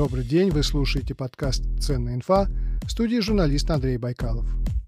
Добрый день, вы слушаете подкаст «Ценная инфа», в студии журналист Андрей Байкалов.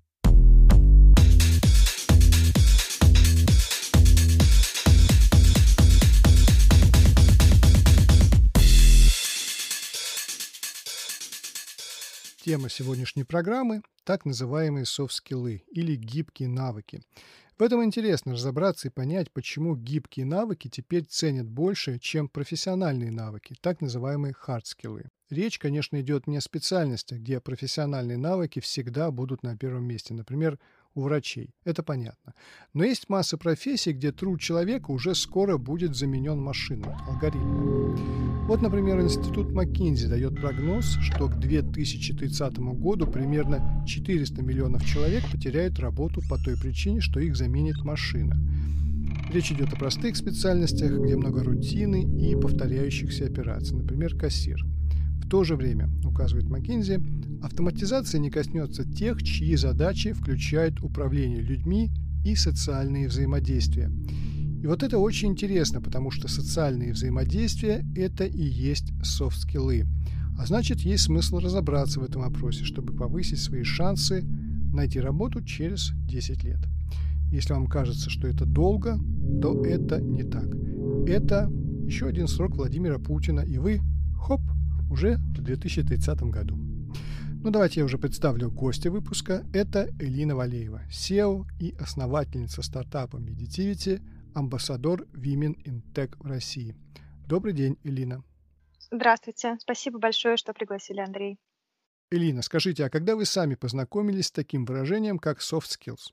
Тема сегодняшней программы – так называемые софт-скиллы или гибкие навыки. В этом интересно разобраться и понять, почему гибкие навыки теперь ценят больше, чем профессиональные навыки, так называемые hard-скиллы. Речь, конечно, идет не о специальностях, где профессиональные навыки всегда будут на первом месте, например, у врачей. Это понятно. Но есть масса профессий, где труд человека уже скоро будет заменен машиной, алгоритмом. Вот, например, Институт МcKinsey дает прогноз, что к 2030 году примерно 400 миллионов человек потеряют работу по той причине, что их заменит машина. Речь идет о простых специальностях, где много рутины и повторяющихся операций, например, кассир. В то же время, указывает McKinsey, автоматизация не коснется тех, чьи задачи включают управление людьми и социальные взаимодействия. И вот это очень интересно, потому что социальные взаимодействия – это и есть софт-скиллы. А значит, есть смысл разобраться в этом вопросе, чтобы повысить свои шансы найти работу через 10 лет. Если вам кажется, что это долго, то это не так. Это еще один срок Владимира Путина, и вы, хоп, уже в 2030 году. Ну, давайте я уже представлю гостя выпуска. Это Элина Валеева, SEO и основательница стартапа Meditivity, амбассадор Women in Tech в России. Добрый день, Элина. Здравствуйте. Спасибо большое, что пригласили, Андрей. Элина, скажите, а когда вы сами познакомились с таким выражением, как soft skills?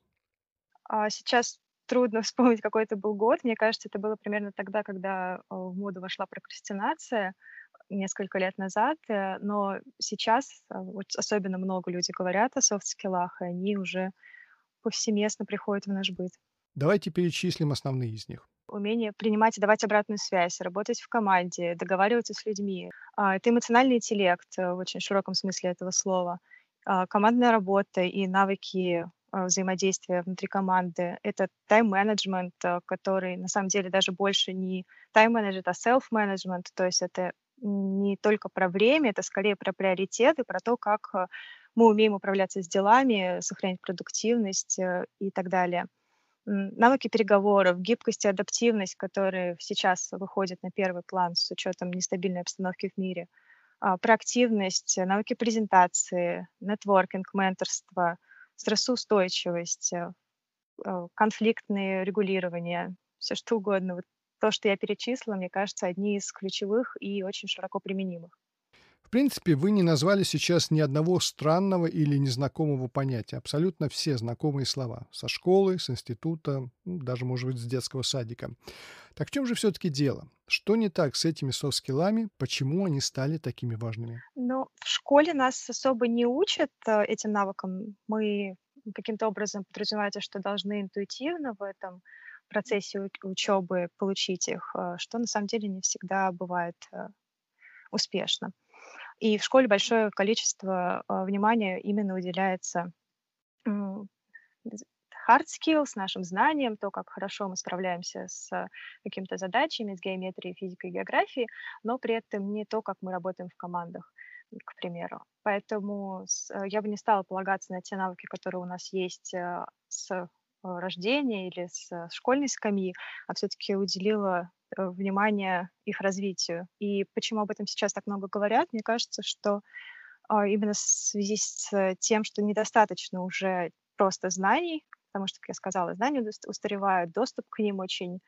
Сейчас трудно вспомнить, какой это был год. Мне кажется, это было примерно тогда, когда в моду вошла прокрастинация несколько лет назад. Но сейчас вот особенно много людей говорят о софт-скиллах, и они уже повсеместно приходят в наш быт. Давайте перечислим основные из них. Умение принимать и давать обратную связь, работать в команде, договариваться с людьми. Это эмоциональный интеллект в очень широком смысле этого слова. Командная работа и навыки взаимодействия внутри команды. Это тайм-менеджмент, который на самом деле даже больше не тайм-менеджмент, а селф-менеджмент. То есть это не только про время, это скорее про приоритеты, про то, как мы умеем управляться с делами, сохранять продуктивность и так далее. Навыки переговоров, гибкость и адаптивность, которые сейчас выходят на первый план с учетом нестабильной обстановки в мире, проактивность, навыки презентации, нетворкинг, менторство, стрессоустойчивость, конфликтные регулирования, все что угодно. Вот то, что я перечислила, мне кажется, одни из ключевых и очень широко применимых. В принципе, вы не назвали сейчас ни одного странного или незнакомого понятия. Абсолютно все знакомые слова. Со школы, с института, даже, может быть, с детского садика. Так в чем же все-таки дело? Что не так с этими софт-скиллами? Почему они стали такими важными? Но в школе нас особо не учат этим навыкам. Мы каким-то образом подразумевается, что должны интуитивно в этом процессе учебы получить их, что на самом деле не всегда бывает успешно. И в школе большое количество внимания именно уделяется м, hard skills, нашим знаниям, то, как хорошо мы справляемся с какими-то задачами, с геометрией, физикой, географией, но при этом не то, как мы работаем в командах, к примеру. Поэтому я бы не стала полагаться на те навыки, которые у нас есть с рождения или с школьной скамьи, а все-таки уделила внимание их развитию. И почему об этом сейчас так много говорят? Мне кажется, что именно в связи с тем, что недостаточно уже просто знаний, потому что, как я сказала, знания устаревают, доступ к ним очень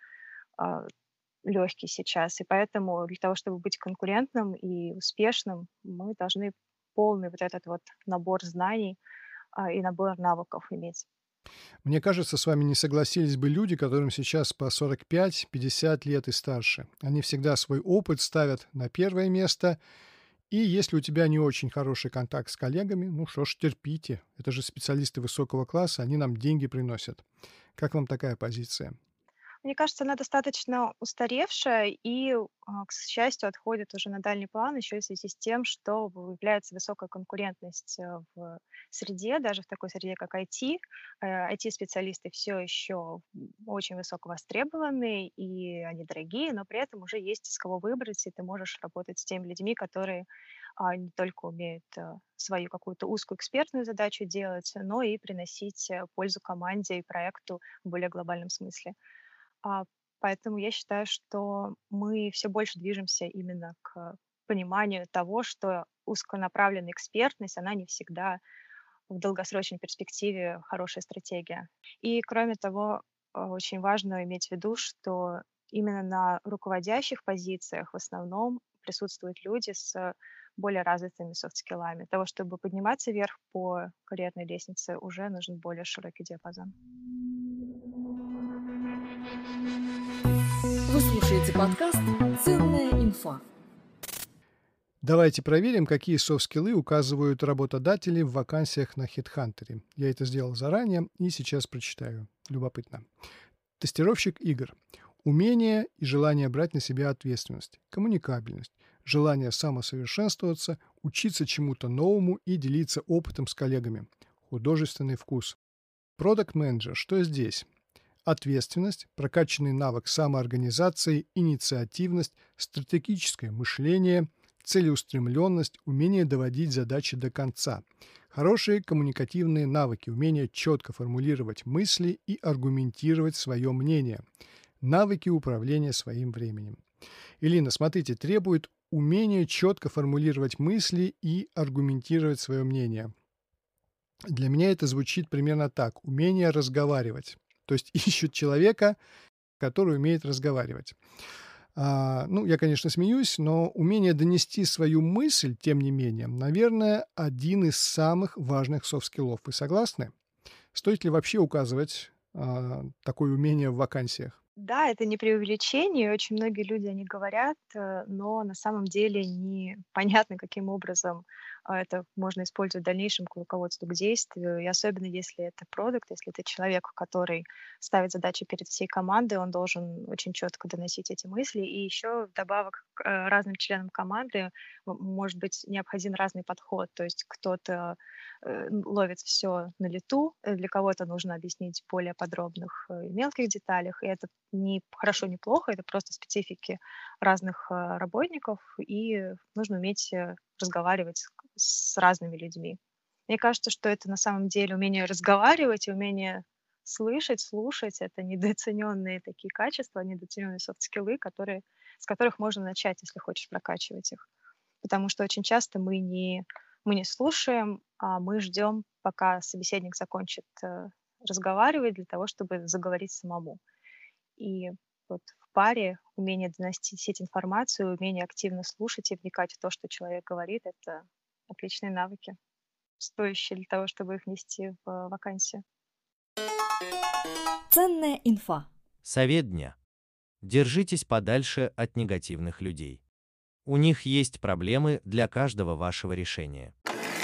легкий сейчас, и поэтому для того, чтобы быть конкурентным и успешным, мы должны полный вот этот вот набор знаний и набор навыков иметь. Мне кажется, с вами не согласились бы люди, которым сейчас по 45-50 лет и старше. Они всегда свой опыт ставят на первое место. И если у тебя не очень хороший контакт с коллегами, ну что ж, терпите. Это же специалисты высокого класса, они нам деньги приносят. Как вам такая позиция? Мне кажется, она достаточно устаревшая и, к счастью, отходит уже на дальний план еще и в связи с тем, что выявляется высокая конкурентность в среде, даже в такой среде, как IT. IT-специалисты все еще очень высоко востребованы, и они дорогие, но при этом уже есть из кого выбрать, и ты можешь работать с теми людьми, которые не только умеют свою какую-то узкую экспертную задачу делать, но и приносить пользу команде и проекту в более глобальном смысле. А, Поэтому я считаю, что мы все больше движемся именно к пониманию того, что узконаправленная экспертность, она не всегда в долгосрочной перспективе хорошая стратегия. И кроме того, очень важно иметь в виду, что именно на руководящих позициях в основном присутствуют люди с более развитыми софт-скиллами. Для того, чтобы подниматься вверх по карьерной лестнице, уже нужен более широкий диапазон. Вы слушаете подкаст «Ценная инфа». Давайте проверим, какие софт-скиллы указывают работодатели в вакансиях на HeadHunter. Я это сделал заранее и сейчас прочитаю. Любопытно. Тестировщик игр. Умение и желание брать на себя ответственность, коммуникабельность, желание самосовершенствоваться, учиться чему-то новому и делиться опытом с коллегами, художественный вкус. Продакт-менеджер. Что здесь? Ответственность, прокачанный навык самоорганизации, инициативность, стратегическое мышление, целеустремленность, умение доводить задачи до конца. Хорошие коммуникативные навыки, умение четко формулировать мысли и аргументировать свое мнение. Навыки управления своим временем. Элина, смотрите, требует умения четко формулировать мысли и аргументировать свое мнение. Для меня это звучит примерно так. Умение разговаривать. То есть ищут человека, который умеет разговаривать. Я, конечно, смеюсь, но умение донести свою мысль, тем не менее, наверное, один из самых важных софт-скиллов. Вы согласны? Стоит ли вообще указывать такое умение в вакансиях? Да, это не преувеличение. Очень многие люди, они говорят, но на самом деле непонятно, каким образом это можно использовать в дальнейшем к руководству, к действию. И особенно если это продукт, если это человек, который ставит задачи перед всей командой, он должен очень четко доносить эти мысли. И еще вдобавок к разным членам команды может быть необходим разный подход. То есть кто-то ловит все на лету, для кого-то нужно объяснить в более подробных и мелких деталях. И это не хорошо, не плохо, это просто специфики разных работников, и нужно уметь разговаривать с разными людьми. Мне кажется, что это на самом деле умение разговаривать и умение слышать, слушать — это недооцененные такие качества, недооцененные софт-скиллы, с которых можно начать, если хочешь прокачивать их. Потому что очень часто мы не слушаем, а мы ждем, пока собеседник закончит разговаривать для того, чтобы заговорить самому. И вот в паре умение доносить информацию, умение активно слушать и вникать в то, что человек говорит — это отличные навыки, стоящие для того, чтобы их внести в вакансию. Ценная инфа. Совет дня. Держитесь подальше от негативных людей. У них есть проблемы для каждого вашего решения.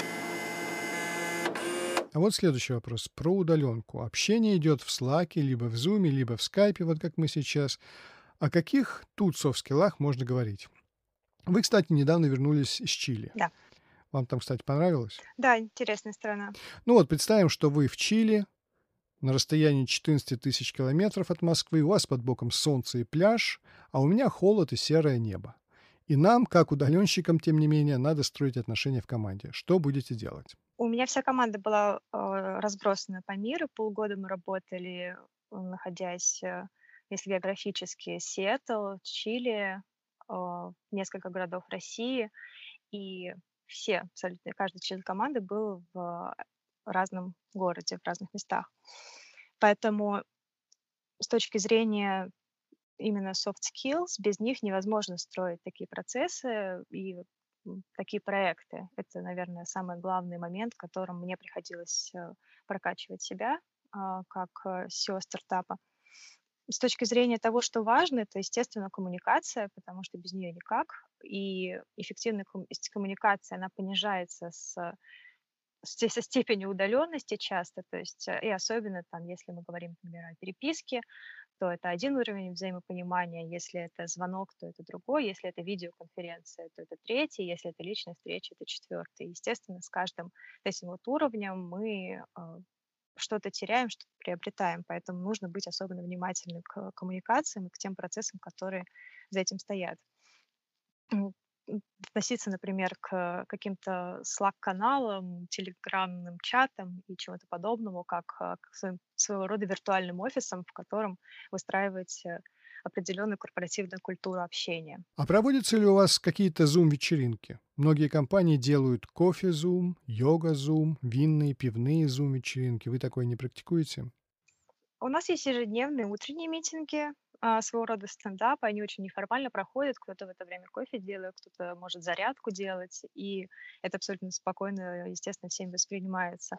А вот следующий вопрос про удаленку. Общение идет в Slack, либо в Zoom, либо в Skype, вот как мы сейчас. О каких тут софт-скиллах можно говорить? Вы, кстати, недавно вернулись из Чили. Да. Вам там, кстати, понравилось? Да, интересная страна. Ну вот, представим, что вы в Чили, на расстоянии 14 тысяч километров от Москвы, у вас под боком солнце и пляж, а у меня холод и серое небо. И нам, как удаленщикам, тем не менее, надо строить отношения в команде. Что будете делать? У меня вся команда была разбросана по миру. Полгода мы работали, находясь, если географически, Сиэтл, Чили, несколько городов России. И все, абсолютно каждый член команды был в разном городе, в разных местах. Поэтому с точки зрения именно soft skills, без них невозможно строить такие процессы и такие проекты. Это, наверное, самый главный момент, в котором мне приходилось прокачивать себя как SEO стартапа. С точки зрения того, что важно, это, естественно, коммуникация, потому что без нее никак. И эффективная коммуникация, она понижается с со степенью удаленности часто, то есть, и особенно там, если мы говорим, например, о переписке, то это один уровень взаимопонимания, если это звонок, то это другой, если это видеоконференция, то это третий, если это личная встреча, это четвертый. Естественно, с каждым этим вот уровнем мы что-то теряем, что-то приобретаем, поэтому нужно быть особенно внимательным к коммуникациям и к тем процессам, которые за этим стоят. М, Относиться, например, к каким-то Slack-каналам, телеграмным чатам и чему-то подобному, как к своего рода виртуальным офисам, в котором выстраивать определенную корпоративную культуру общения. А проводятся ли у вас какие-то Zoom-вечеринки? Многие компании делают кофе-зум, йога-зум, винные, пивные зум-вечеринки. Вы такое не практикуете? У нас есть ежедневные утренние митинги, своего рода стендап. Они очень неформально проходят. Кто-то в это время кофе делает, кто-то может зарядку делать. И это абсолютно спокойно, естественно, всеми воспринимается.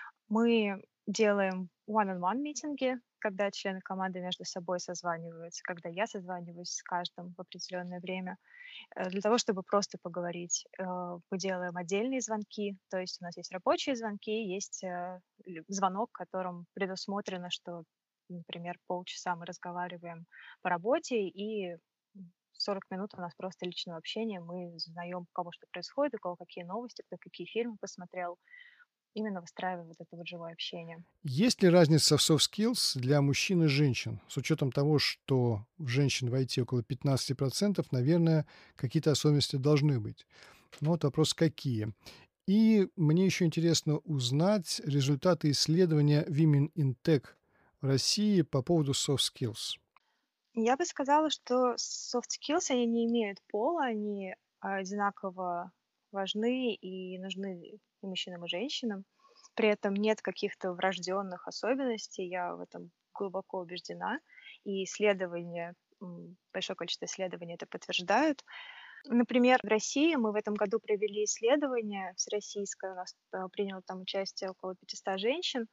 Мы делаем one-on-one митинги, когда члены команды между собой созваниваются, когда я созваниваюсь с каждым в определенное время, для того, чтобы просто поговорить. Мы делаем отдельные звонки, то есть у нас есть рабочие звонки, есть звонок, в котором предусмотрено, что, например, полчаса мы разговариваем по работе, и 40 минут у нас просто личного общения. Мы узнаем, у кого что происходит, у кого какие новости, кто какие фильмы посмотрел, именно выстраивая вот это вот живое общение. Есть ли разница в soft skills для мужчин и женщин? С учетом того, что в женщин в IT около 15%, наверное, какие-то особенности должны быть. Ну вот вопрос, какие? И мне еще интересно узнать результаты исследования Women in Tech в России по поводу soft skills. Я бы сказала, что soft skills, они не имеют пола, они одинаково важны и нужны и мужчинам, и женщинам. При этом нет каких-то врожденных особенностей, я в этом глубоко убеждена. И исследования, большое количество исследований это подтверждают. Например, в России мы в этом году провели исследование всероссийское, у нас приняло там участие около 500 женщин,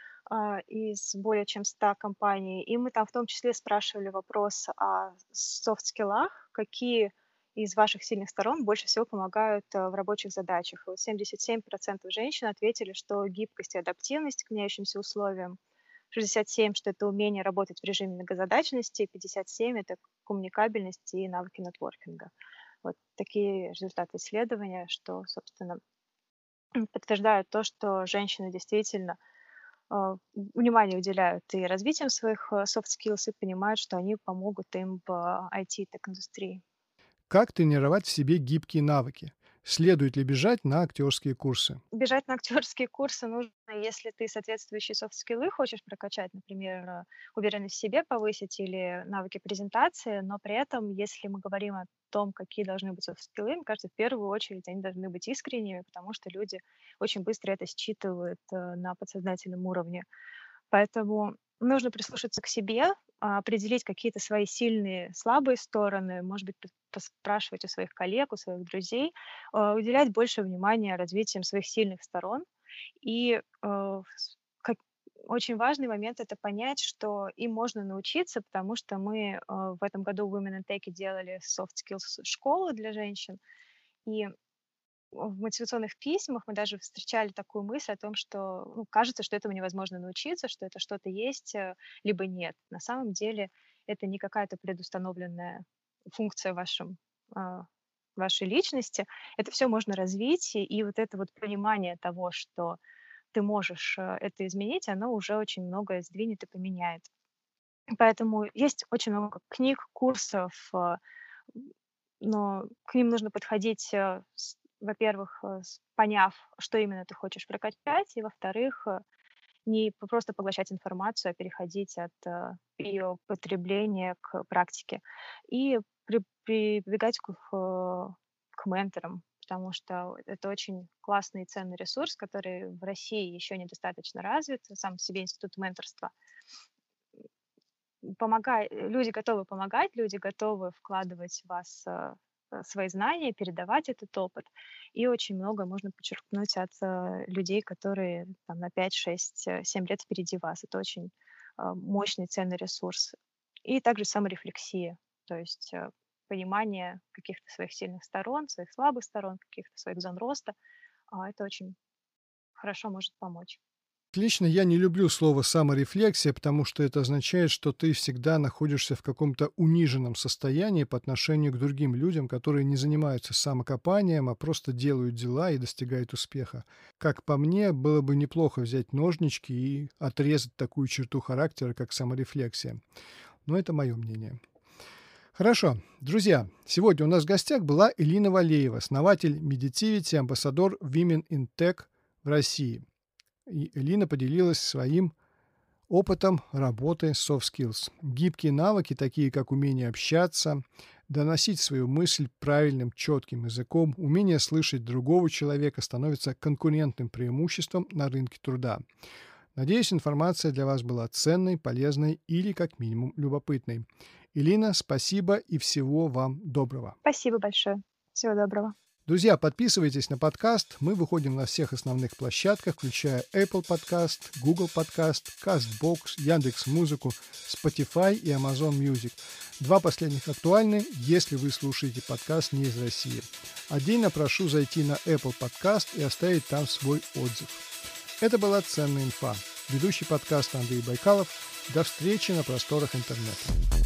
из более чем 100 компаний. И мы там в том числе спрашивали вопрос о софт-скиллах, какие из ваших сильных сторон больше всего помогают в рабочих задачах. И вот 77% женщин ответили, что гибкость и адаптивность к меняющимся условиям, 67%, что это умение работать в режиме многозадачности, 57% это коммуникабельность и навыки нетворкинга. Вот такие результаты исследования, что, собственно, подтверждают то, что женщины действительно внимание уделяют и развитием своих soft skills и понимают, что они помогут им в IT-тек-индустрии. Как тренировать в себе гибкие навыки? Следует ли бежать на актерские курсы? Бежать на актерские курсы нужно, если ты соответствующие софт-скиллы хочешь прокачать, например, уверенность в себе повысить или навыки презентации, но при этом, если мы говорим о том, какие должны быть софт-скиллы, мне кажется, в первую очередь они должны быть искренними, потому что люди очень быстро это считывают на подсознательном уровне. Поэтому нужно прислушаться к себе, определить какие-то свои сильные, слабые стороны, может быть, поспрашивать у своих коллег, у своих друзей, уделять больше внимания развитием своих сильных сторон. И очень важный момент — это понять, что им можно научиться, потому что мы в этом году в Women in Tech делали soft skills школу для женщин, и в мотивационных письмах мы даже встречали такую мысль о том, что кажется, что этому невозможно научиться, что это что-то есть, либо нет. На самом деле это не какая-то предустановленная функция вашей личности. Это все можно развить, и вот это вот понимание того, что ты можешь это изменить, оно уже очень многое сдвинет и поменяет. Поэтому есть очень много книг, курсов, но к ним нужно подходить, во-первых, поняв, что именно ты хочешь прокачать, и, во-вторых, не просто поглощать информацию, а переходить от ее потребления к практике. И прибегать к менторам, потому что это очень классный и ценный ресурс, который в России еще недостаточно развит, сам по себе институт менторства. Люди готовы помогать, люди готовы вкладывать в вас свои знания, передавать этот опыт. И очень много можно почерпнуть от людей, которые там, на 5, 6, 7 лет впереди вас. Это очень мощный, ценный ресурс. И также саморефлексия, то есть понимание каких-то своих сильных сторон, своих слабых сторон, каких-то своих зон роста. Это очень хорошо может помочь. Лично я не люблю слово «саморефлексия», потому что это означает, что ты всегда находишься в каком-то униженном состоянии по отношению к другим людям, которые не занимаются самокопанием, а просто делают дела и достигают успеха. Как по мне, было бы неплохо взять ножнички и отрезать такую черту характера, как саморефлексия. Но это мое мнение. Хорошо. Друзья, сегодня у нас в гостях была Элина Валеева, основатель Meditivity, амбассадор Women in Tech в России. И Элина поделилась своим опытом работы с soft skills. Гибкие навыки, такие как умение общаться, доносить свою мысль правильным, четким языком, умение слышать другого человека становится конкурентным преимуществом на рынке труда. Надеюсь, информация для вас была ценной, полезной или, как минимум, любопытной. Элина, спасибо и всего вам доброго. Спасибо большое. Всего доброго. Друзья, подписывайтесь на подкаст. Мы выходим на всех основных площадках, включая Apple Podcast, Google Podcast, CastBox, Яндекс.Музыку, Spotify и Amazon Music. 2 последних актуальны, если вы слушаете подкаст не из России. Отдельно прошу зайти на Apple Podcast и оставить там свой отзыв. Это была «Ценная инфа». Ведущий подкаста Андрей Байкалов. До встречи на просторах интернета.